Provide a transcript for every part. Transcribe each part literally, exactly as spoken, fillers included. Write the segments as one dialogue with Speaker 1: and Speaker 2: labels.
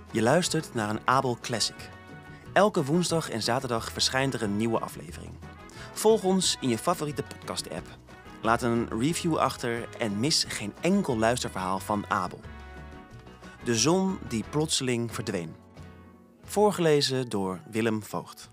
Speaker 1: Je luistert naar een Abel Classic. Elke woensdag en zaterdag verschijnt er een nieuwe aflevering. Volg ons in je favoriete podcast-app. Laat een review achter en mis geen enkel luisterverhaal van Abel. De zon die plotseling verdween. Voorgelezen door Willem Voogd.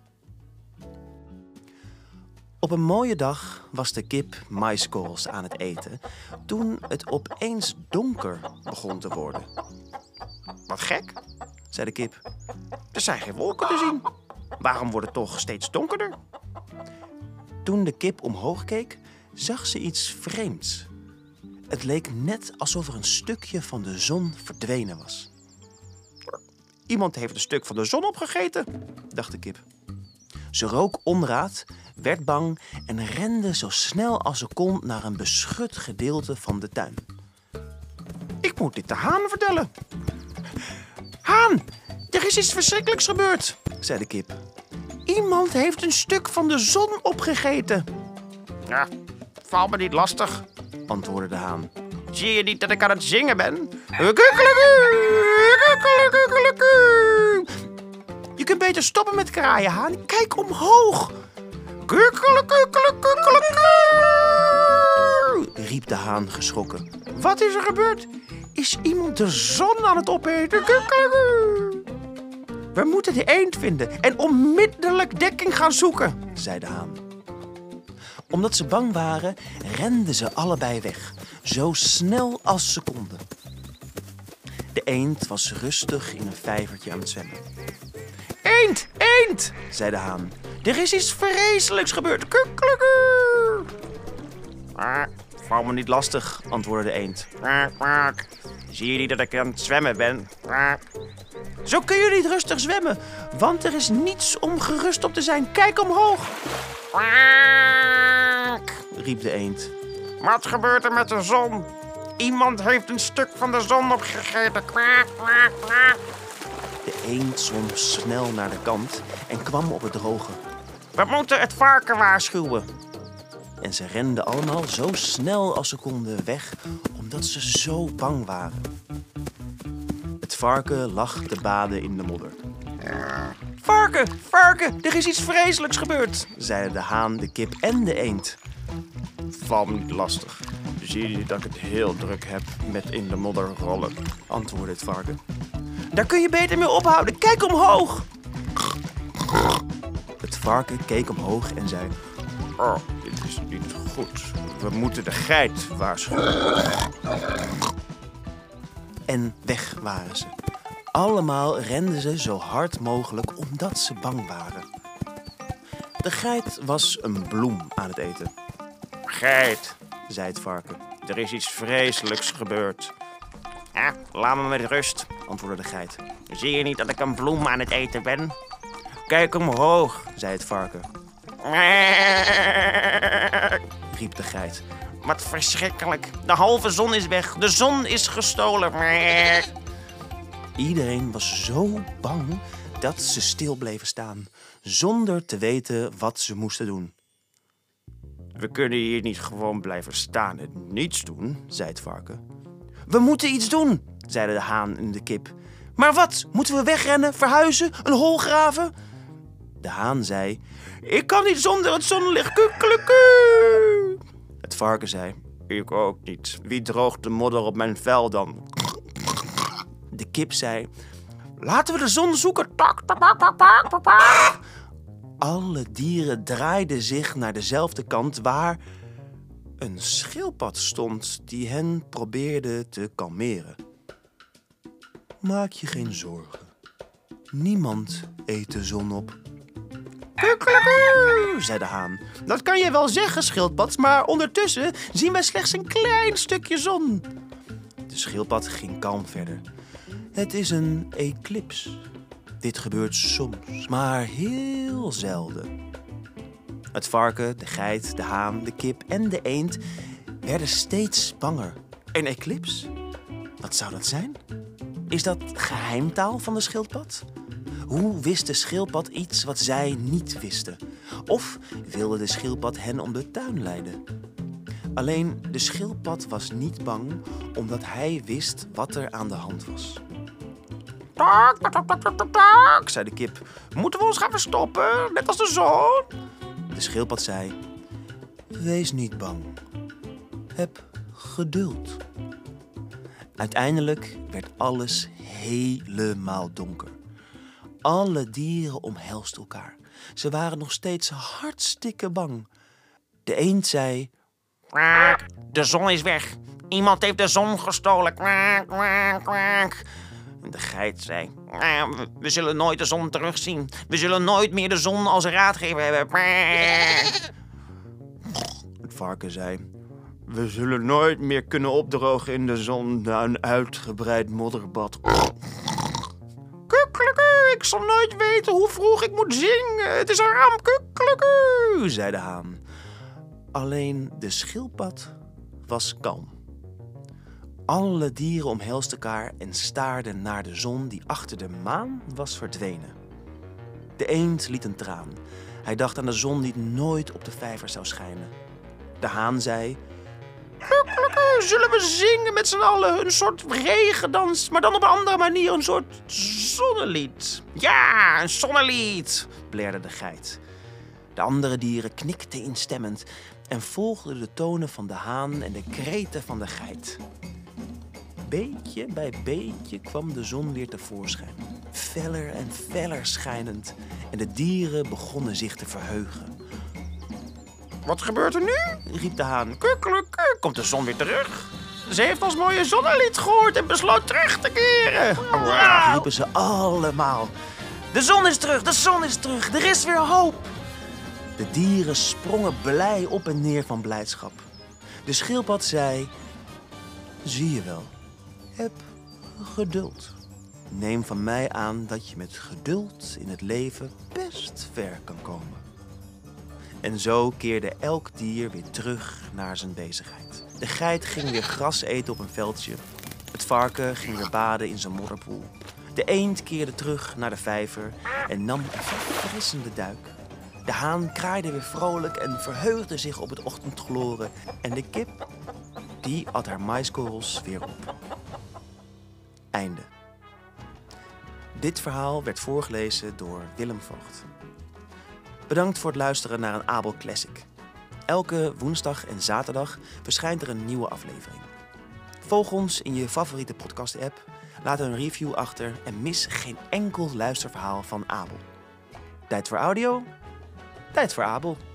Speaker 1: Op een mooie dag was de kip maiskorrels aan het eten toen het opeens donker begon te worden. Wat gek, zei de kip. Er zijn geen wolken te zien. Waarom wordt het toch steeds donkerder? Toen de kip omhoog keek, zag ze iets vreemds. Het leek net alsof er een stukje van de zon verdwenen was. Iemand heeft een stuk van de zon opgegeten, dacht de kip. Ze rook onraad, werd bang en rende zo snel als ze kon naar een beschut gedeelte van de tuin. Ik moet dit de haan vertellen. Haan, er is iets verschrikkelijks gebeurd, zei de kip. Iemand heeft een stuk van de zon opgegeten. Ja, val me niet lastig, antwoordde de haan. Zie je niet dat ik aan het zingen ben? Je kunt beter stoppen met kraaien, haan. Kijk omhoog. Riep de haan geschrokken. Wat is er gebeurd? Is iemand de zon aan het opeten? We moeten de eend vinden en onmiddellijk dekking gaan zoeken, zei de haan. Omdat ze bang waren, renden ze allebei weg, zo snel als ze konden. De eend was rustig in een vijvertje aan het zwemmen. Eend, eend, zei de haan. Er is iets vreselijks gebeurd. Ah, val me niet lastig, antwoordde de eend. Zie je niet dat ik aan het zwemmen ben? Zo kun je niet rustig zwemmen, want er is niets om gerust op te zijn. Kijk omhoog. Riep de eend. Wat gebeurt er met de zon? Iemand heeft een stuk van de zon opgegeten. De eend zwom snel naar de kant en kwam op het droge. We moeten het varken waarschuwen. En ze renden allemaal zo snel als ze konden weg, omdat ze zo bang waren. Het varken lag te baden in de modder. Varken, varken, er is iets vreselijks gebeurd, zeiden de haan, de kip en de eend. Val me niet lastig. Zie je dat ik het heel druk heb met in de modder rollen, antwoordde het varken. Daar kun je beter mee ophouden. Kijk omhoog. Het varken keek omhoog en zei... Oh, dit is niet goed. We moeten de geit waarschuwen. En weg waren ze. Allemaal renden ze zo hard mogelijk omdat ze bang waren. De geit was een bloem aan het eten. Geit, zei het varken. Er is iets vreselijks gebeurd. Ja, laat me met rust, antwoordde de geit. Zie je niet dat ik een bloem aan het eten ben? Kijk omhoog, zei het varken. Riep de geit. Wat verschrikkelijk. De halve zon is weg. De zon is gestolen. Iedereen was zo bang dat ze stil bleven staan, zonder te weten wat ze moesten doen. We kunnen hier niet gewoon blijven staan en niets doen, zei het varken. We moeten iets doen, zeiden de haan en de kip. Maar wat? Moeten we wegrennen, verhuizen, een hol graven? De haan zei, ik kan niet zonder het zonlicht. Kukkelukku. Het varken zei, ik ook niet. Wie droogt de modder op mijn vel dan? De kip zei, laten we de zon zoeken. Tak, tak, tak, tak, tak, tak. Alle dieren draaiden zich naar dezelfde kant waar een schildpad stond die hen probeerde te kalmeren. Maak je geen zorgen. Niemand eet de zon op. Kukkelukku, zei de haan. Dat kan je wel zeggen, schildpad, maar ondertussen zien wij slechts een klein stukje zon. De schildpad ging kalm verder. Het is een eclips. Dit gebeurt soms, maar heel zelden. Het varken, de geit, de haan, de kip en de eend werden steeds banger. Een eclips? Wat zou dat zijn? Is dat geheimtaal van de schildpad? Hoe wist de schildpad iets wat zij niet wisten? Of wilde de schildpad hen om de tuin leiden? Alleen de schildpad was niet bang, omdat hij wist wat er aan de hand was. Tak, tak, tak, tak, tak, tak, tak, zei de kip. Moeten we ons gaan verstoppen, net als de zon? De schildpad zei, wees niet bang. Heb geduld. Uiteindelijk werd alles helemaal donker. Alle dieren omhelsten elkaar. Ze waren nog steeds hartstikke bang. De eend zei,
Speaker 2: Kwaak, de zon is weg. Iemand heeft de zon gestolen. Kwaak, kwaak, kwaak.
Speaker 1: en de geit zei,
Speaker 2: Ah, we, we zullen nooit de zon terugzien. We zullen nooit meer de zon als raadgever hebben. Kwaak.
Speaker 1: het varken zei, we zullen nooit meer kunnen opdrogen in de zon na een uitgebreid modderbad. Kukkeleku, ik zal nooit weten hoe vroeg ik moet zingen. Het is een ramp, kukkeleku, zei de haan. Alleen de schildpad was kalm. Alle dieren omhelsten elkaar en staarden naar de zon die achter de maan was verdwenen. De eend liet een traan. Hij dacht aan de zon die nooit op de vijver zou schijnen. De haan zei, kukkeleku, zullen we zingen met z'n allen? Een soort regendans, maar dan op een andere manier, een soort zonnelied.
Speaker 2: Ja, een zonnelied.
Speaker 1: Blerde de geit. De andere dieren knikten instemmend en volgden de tonen van de haan en de kreten van de geit. Beetje bij beetje kwam de zon weer tevoorschijn, feller en feller schijnend, en de dieren begonnen zich te verheugen.
Speaker 2: Wat gebeurt er nu?
Speaker 1: Riep de haan.
Speaker 2: Kukkeleku, komt de zon weer terug? Ze heeft ons mooie zonnelied gehoord en besloot terug te keren.
Speaker 1: Wauw, riepen ze allemaal. De zon is terug, de zon is terug, er is weer hoop. De dieren sprongen blij op en neer van blijdschap. De schildpad zei, zie je wel, heb geduld. Neem van mij aan dat je met geduld in het leven best ver kan komen. En zo keerde elk dier weer terug naar zijn bezigheid. De geit ging weer gras eten op een veldje. Het varken ging weer baden in zijn modderpoel. De eend keerde terug naar de vijver en nam een verfrissende duik. De haan kraaide weer vrolijk en verheugde zich op het ochtendgloren. En de kip, die at haar maiskorrels weer op. Einde. Dit verhaal werd voorgelezen door Willem Voogd. Bedankt voor het luisteren naar een Abel Classic. Elke woensdag en zaterdag verschijnt er een nieuwe aflevering. Volg ons in je favoriete podcast-app, laat een review achter en mis geen enkel luisterverhaal van Abel. Tijd voor audio, tijd voor Abel.